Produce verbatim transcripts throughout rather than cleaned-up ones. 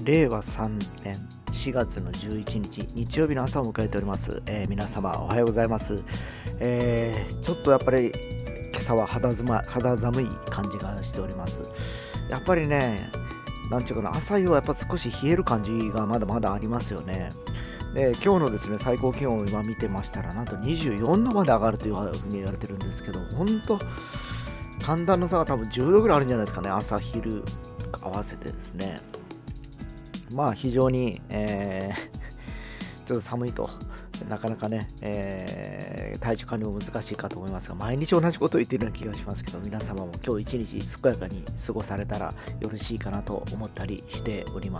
れいわさんねんしがつのじゅういちにち日曜日の朝を迎えております。えー皆様おはようございます。えーちょっとやっぱり今朝は肌ずま肌寒い感じがしております。やっぱりね、なんていうかな、朝夕はやっぱ少し冷える感じがまだまだありますよね。で、今日のですね、最高気温を今見てましたら、なんとにじゅうよんどまで上がるというふうに言われてるんですけど、本当寒暖の差が多分じゅうどぐらいあるんじゃないですかね、朝昼合わせてですね。まあ非常に、えーちょっと寒いと、なかなかね、えー体調管理も難しいかと思いますが、毎日同じことを言っているような気がしますけど、皆様も今日一日健やかに過ごされたらよろしいかなと思ったりしております。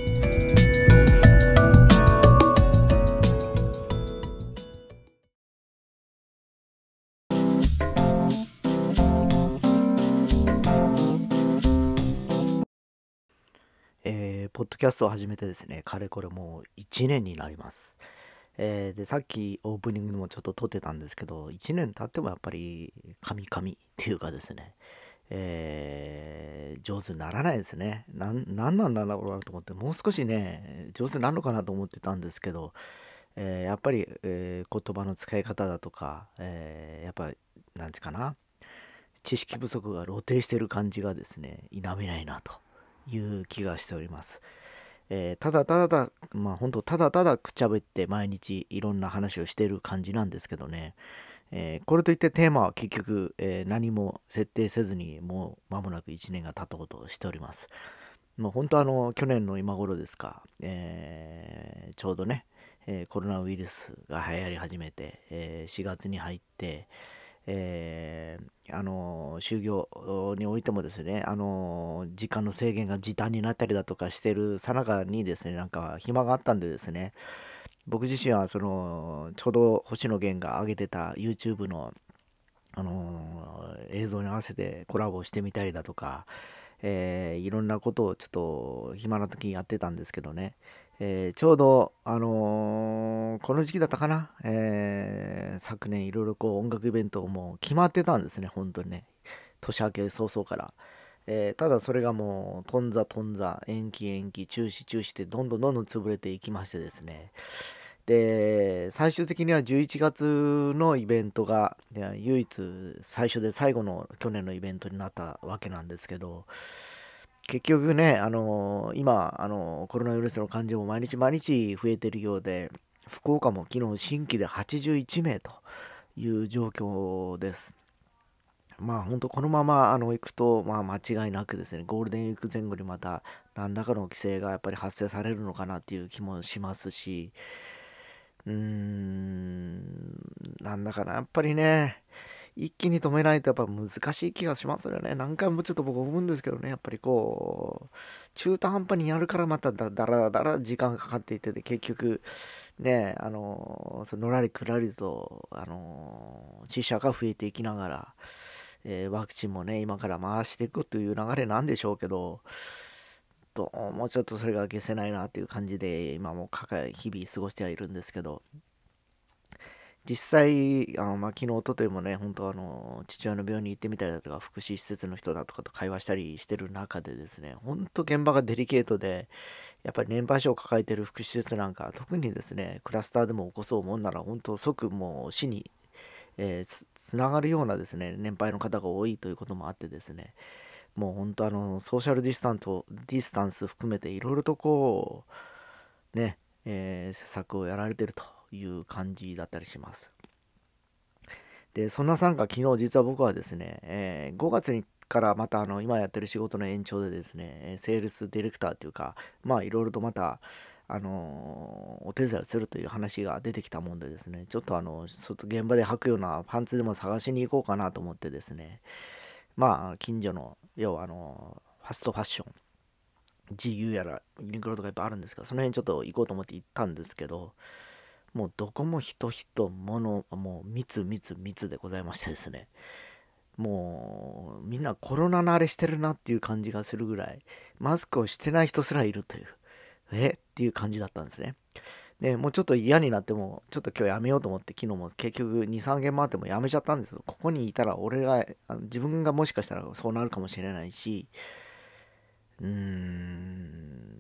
えーポッドキャストを始めてですね、かれこれもういちねんになります。えーで、さっきオープニングでもちょっと撮ってたんですけど、いちねん経ってもやっぱり、カミカミっていうかですね、えー上手にならないですね。なん、なんなんだろうなと思って、もう少しね、上手になるのかなと思ってたんですけど、えーやっぱり、えー言葉の使い方だとか、えーやっぱり、なんていうかな、知識不足が露呈している感じがですね、否めないなという気がしております。えーただただだ、まあ本当ただただくっちゃべって毎日いろんな話をしている感じなんですけどね、えーこれといってテーマは結局、えー何も設定せずにもう間もなくいちねんが経とうとしております。もう本当あの去年の今頃ですか、えーちょうどね、えーコロナウイルスが流行り始めて、えーしがつに入って、えーあの就業においてもですね、あの時間の制限が時短になったりだとかしてるさなかにですね、なんか暇があったんでですね、僕自身はそのちょうど星野源が上げてた YouTube の、あの映像に合わせてコラボしてみたりだとか、えーいろんなことをちょっと暇な時にやってたんですけどね、えーちょうど、あのーこの時期だったかな、えー昨年いろいろこう音楽イベントも決まってたんですね、本当にね。年明け早々から。えーただそれがもう、頓挫頓挫、延期延期、中止中止ってどんどんどんどん潰れていきましてですね。で、最終的にはじゅういちがつのイベントが、いや唯一最初で最後の去年のイベントになったわけなんですけど、結局ね、あの今、あのコロナウイルスの患者も毎日毎日増えてるようで、福岡も昨日新規ではちじゅういちめいという状況です。まあ本当このままあの行くと、まあ間違いなくですね、ゴールデンウィーク前後にまた何らかの規制がやっぱり発生されるのかなっていう気もしますし、うーん、なんだかな、やっぱりね、一気に止めないとやっぱ難しい気がしますよね。何回もちょっと僕思うんですけどね、やっぱりこう、中途半端にやるからまただだらだら時間がかかっていってて、結局、ね、あの、そののらりくらりと、あの、死者が増えていきながら、えーワクチンもね、今から回していくという流れなんでしょうけど、ともうちょっとそれが消せないなっていう感じで、今も抱え、日々過ごしてはいるんですけど、実際、あのまあ、昨日、おとといもね、本当あの、父親の病院に行ってみたりだとか、福祉施設の人だとかと会話したりしてる中でですね、本当現場がデリケートで、やっぱり年配者を抱えている福祉施設なんか、特にですね、クラスターでも起こそうもんなら、本当即もう死に、えーつ、つながるようなですね、年配の方が多いということもあってですね、もう本当あの、ソーシャルディスタンスと、ディスタンス含めていろいろとこう、ね、えー施策をやられてるという感じだったりします。で、そんなさんか昨日実は僕はですね、えーごがつにからまたあの今やってる仕事の延長でですね、えーセールスディレクターというか、まあいろいろとまた、あのーお手伝いをするという話が出てきたもんでですね、ちょっとあの、外現場で履くようなパンツでも探しに行こうかなと思ってですね、まあ近所の、要はあの、ファストファッション、ジーユー やらユニクロとかいっぱいあるんですが、その辺ちょっと行こうと思って行ったんですけど、もうどこも人人物もう密密密でございましてですね、もうみんなコロナ慣れしてるなっていう感じがするぐらいマスクをしてない人すらいるという、えっていう感じだったんですね。でもうちょっと嫌になってもちょっと今日やめようと思って、昨日も結局にさんけん回ってもやめちゃったんですよ。ここにいたら俺があの自分がもしかしたらそうなるかもしれないし、うーん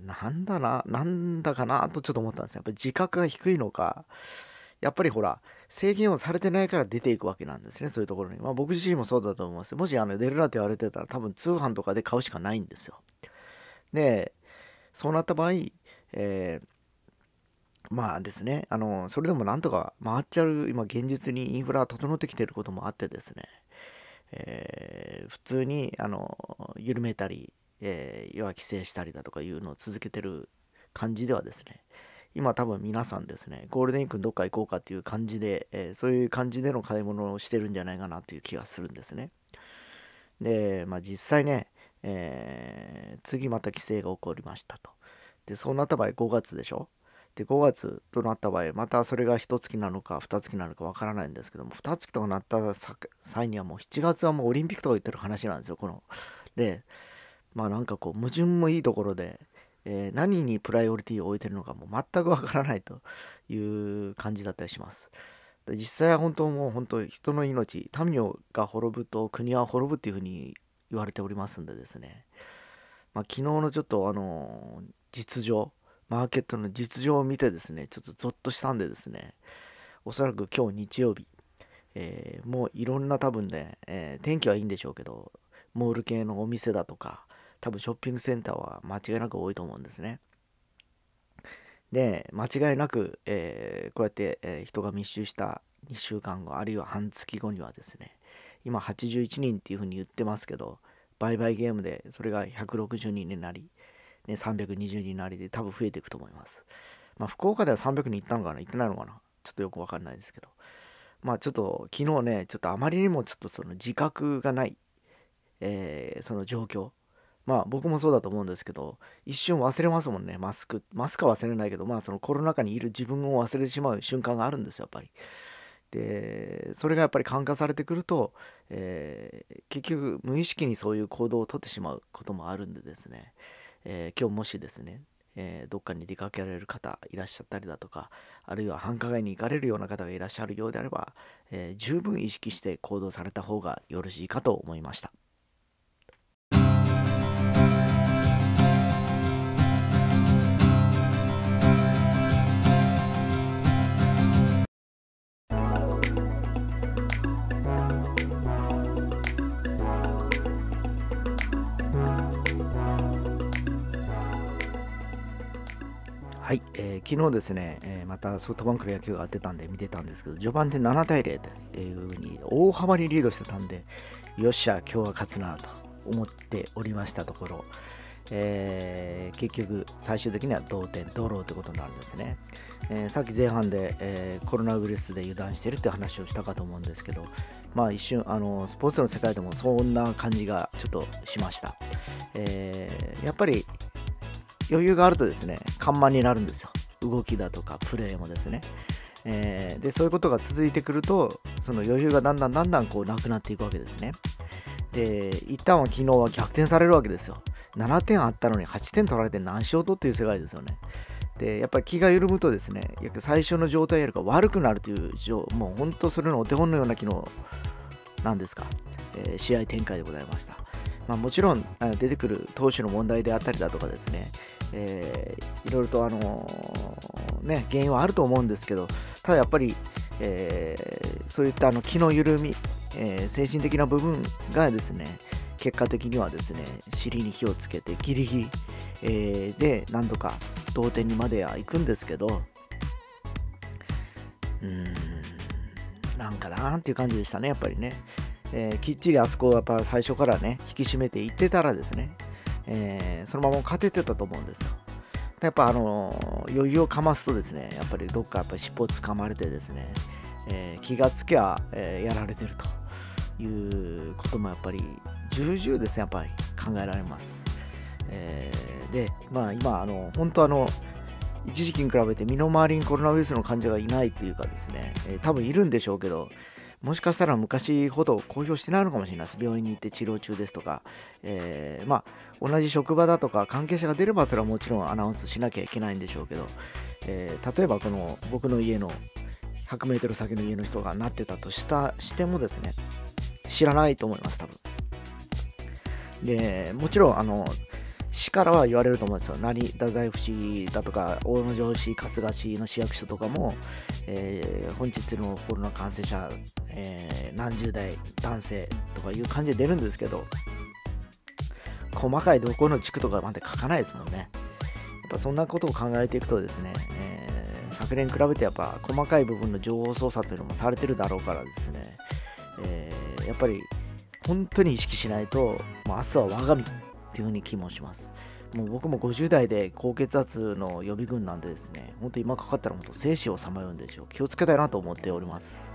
なんだな、なんだかなとちょっと思ったんですよ。やっぱり自覚が低いのか、やっぱりほら、制限をされてないから出ていくわけなんですね、そういうところに。まあ僕自身もそうだと思います。もしあの出るなって言われてたら多分通販とかで買うしかないんですよ。で、そうなった場合、えーまあですね、あの、それでもなんとか回っちゃう、今現実にインフラが整ってきていることもあってですね、えー普通に、あの、緩めたり、えー要は規制したりだとかいうのを続けてる感じではですね、今多分皆さんですね、ゴールデンウィークにどっか行こうかっていう感じで、えーそういう感じでの買い物をしてるんじゃないかなという気がするんですね。で、まあ実際ね、えー次また規制が起こりましたと。で、そうなった場合ごがつでしょ。で、ごがつとなった場合、またそれがいっかげつなのかにかげつなのかわからないんですけども、にかげつとかなったさ際にはもうしちがつはもうオリンピックとか言ってる話なんですよ、この。で、まあなんかこう矛盾もいいところで、えー何にプライオリティを置いてるのかもう全くわからないという感じだったりします。で実際は本当もう本当人の命、民が滅ぶと国は滅ぶっていうふうに言われておりますんでですね、まあ、昨日のちょっとあの実情、マーケットの実情を見てですね、ちょっとゾッとしたんでですね、おそらく今日日曜日、えーもういろんな多分ね、えー天気はいいんでしょうけど、モール系のお店だとか、多分ショッピングセンターは間違いなく多いと思うんですね。で、間違いなく、えーこうやって、えー人が密集したにしゅうかんご、あるいは半月後にはですね、今はちじゅういちにんっていうふうに言ってますけど、売買ゲームでそれがひゃくろくじゅうにんになり、ね、さんびゃくにじゅうにんになりで多分増えていくと思います。まあ、福岡ではさんびゃくにんいったのかな、いってないのかな、ちょっとよくわかんないですけど。まあちょっと昨日ね、ちょっとあまりにもちょっとその自覚がない、えーその状況。まあ僕もそうだと思うんですけど、一瞬忘れますもんね、マスク。マスクは忘れないけど、まあそのコロナ禍にいる自分を忘れてしまう瞬間があるんですよ、やっぱり。で、それがやっぱり感化されてくると、えー結局無意識にそういう行動をとってしまうこともあるんでですね、えー今日もしですね、えーどっかに出かけられる方いらっしゃったりだとか、あるいは繁華街に行かれるような方がいらっしゃるようであれば、えー十分意識して行動された方がよろしいかと思いました。はい、えー昨日ですね、えーまたソフトバンクの野球が出たんで見てたんですけど、序盤でななたいゼロというふうに大幅にリードしてたんで、よっしゃ、今日は勝つなと思っておりましたところ、えー結局最終的には同点、ドローということになるんですね。えーさっき前半で、えーコロナウイルスで油断してるって話をしたかと思うんですけど、まあ一瞬あのスポーツの世界でもそんな感じがちょっとしました。えーやっぱり余裕があるとですね、緩慢になるんですよ。動きだとかプレーもですね。えーで、そういうことが続いてくると、その余裕がだんだんだんだんこうなくなっていくわけですね。で、一旦は昨日は逆転されるわけですよ。ななてんあったのにはちてん取られて何しようとっていう世界ですよね。で、やっぱり気が緩むとですね、最初の状態よりか悪くなるという状、もう本当それのお手本のような昨日なんですか、えー試合展開でございました。まあ、もちろんあの出てくる投手の問題であったりだとかですね、えーいろいろと、あのーね、原因はあると思うんですけど、ただやっぱり、えーそういったあの気の緩み、えー精神的な部分がですね、結果的にはですね、尻に火をつけてギリギリ、えーで何度か同点にまでは行くんですけど、うーん、なんかなーっていう感じでしたね、やっぱりね。えーきっちりあそこをやっぱ最初からね、引き締めていってたらですね、えーそのまま勝ててたと思うんですよ。やっぱあのー余裕をかますとですね、やっぱりどっかやっぱ尻尾をつかまれてですね、えー気がつきゃ、えーやられてるということもやっぱり重々ですね、やっぱり考えられます。えーで、まあ今、あの、本当あの、一時期に比べて身の回りにコロナウイルスの患者がいないっていうかですね、えー多分いるんでしょうけど、もしかしたら昔ほど公表してないのかもしれないです。病院に行って治療中ですとか、えーまあ、同じ職場だとか関係者が出ればそれはもちろんアナウンスしなきゃいけないんでしょうけど、えー例えばこの僕の家のひゃくメートル先の家の人がなってたとしたしてもですね、知らないと思います、多分。で、もちろん、あの、 市からは言われると思うんですよ。何太宰府市だとか大野城市、春日市の市役所とかも、えー本日のコロナ感染者、えー何十代男性とかいう感じで出るんですけど、細かいどこの地区とかまで書かないですもんね。やっぱそんなことを考えていくとですね、えー昨年に比べてやっぱ細かい部分の情報操作というのもされてるだろうからですね、えーやっぱり本当に意識しないと、もう明日は我が身っていうふうに気もします。もう僕もごじゅう代で高血圧の予備軍なんでですね、本当今かかったら本当生死をさまようんですよ。気をつけたいなと思っております。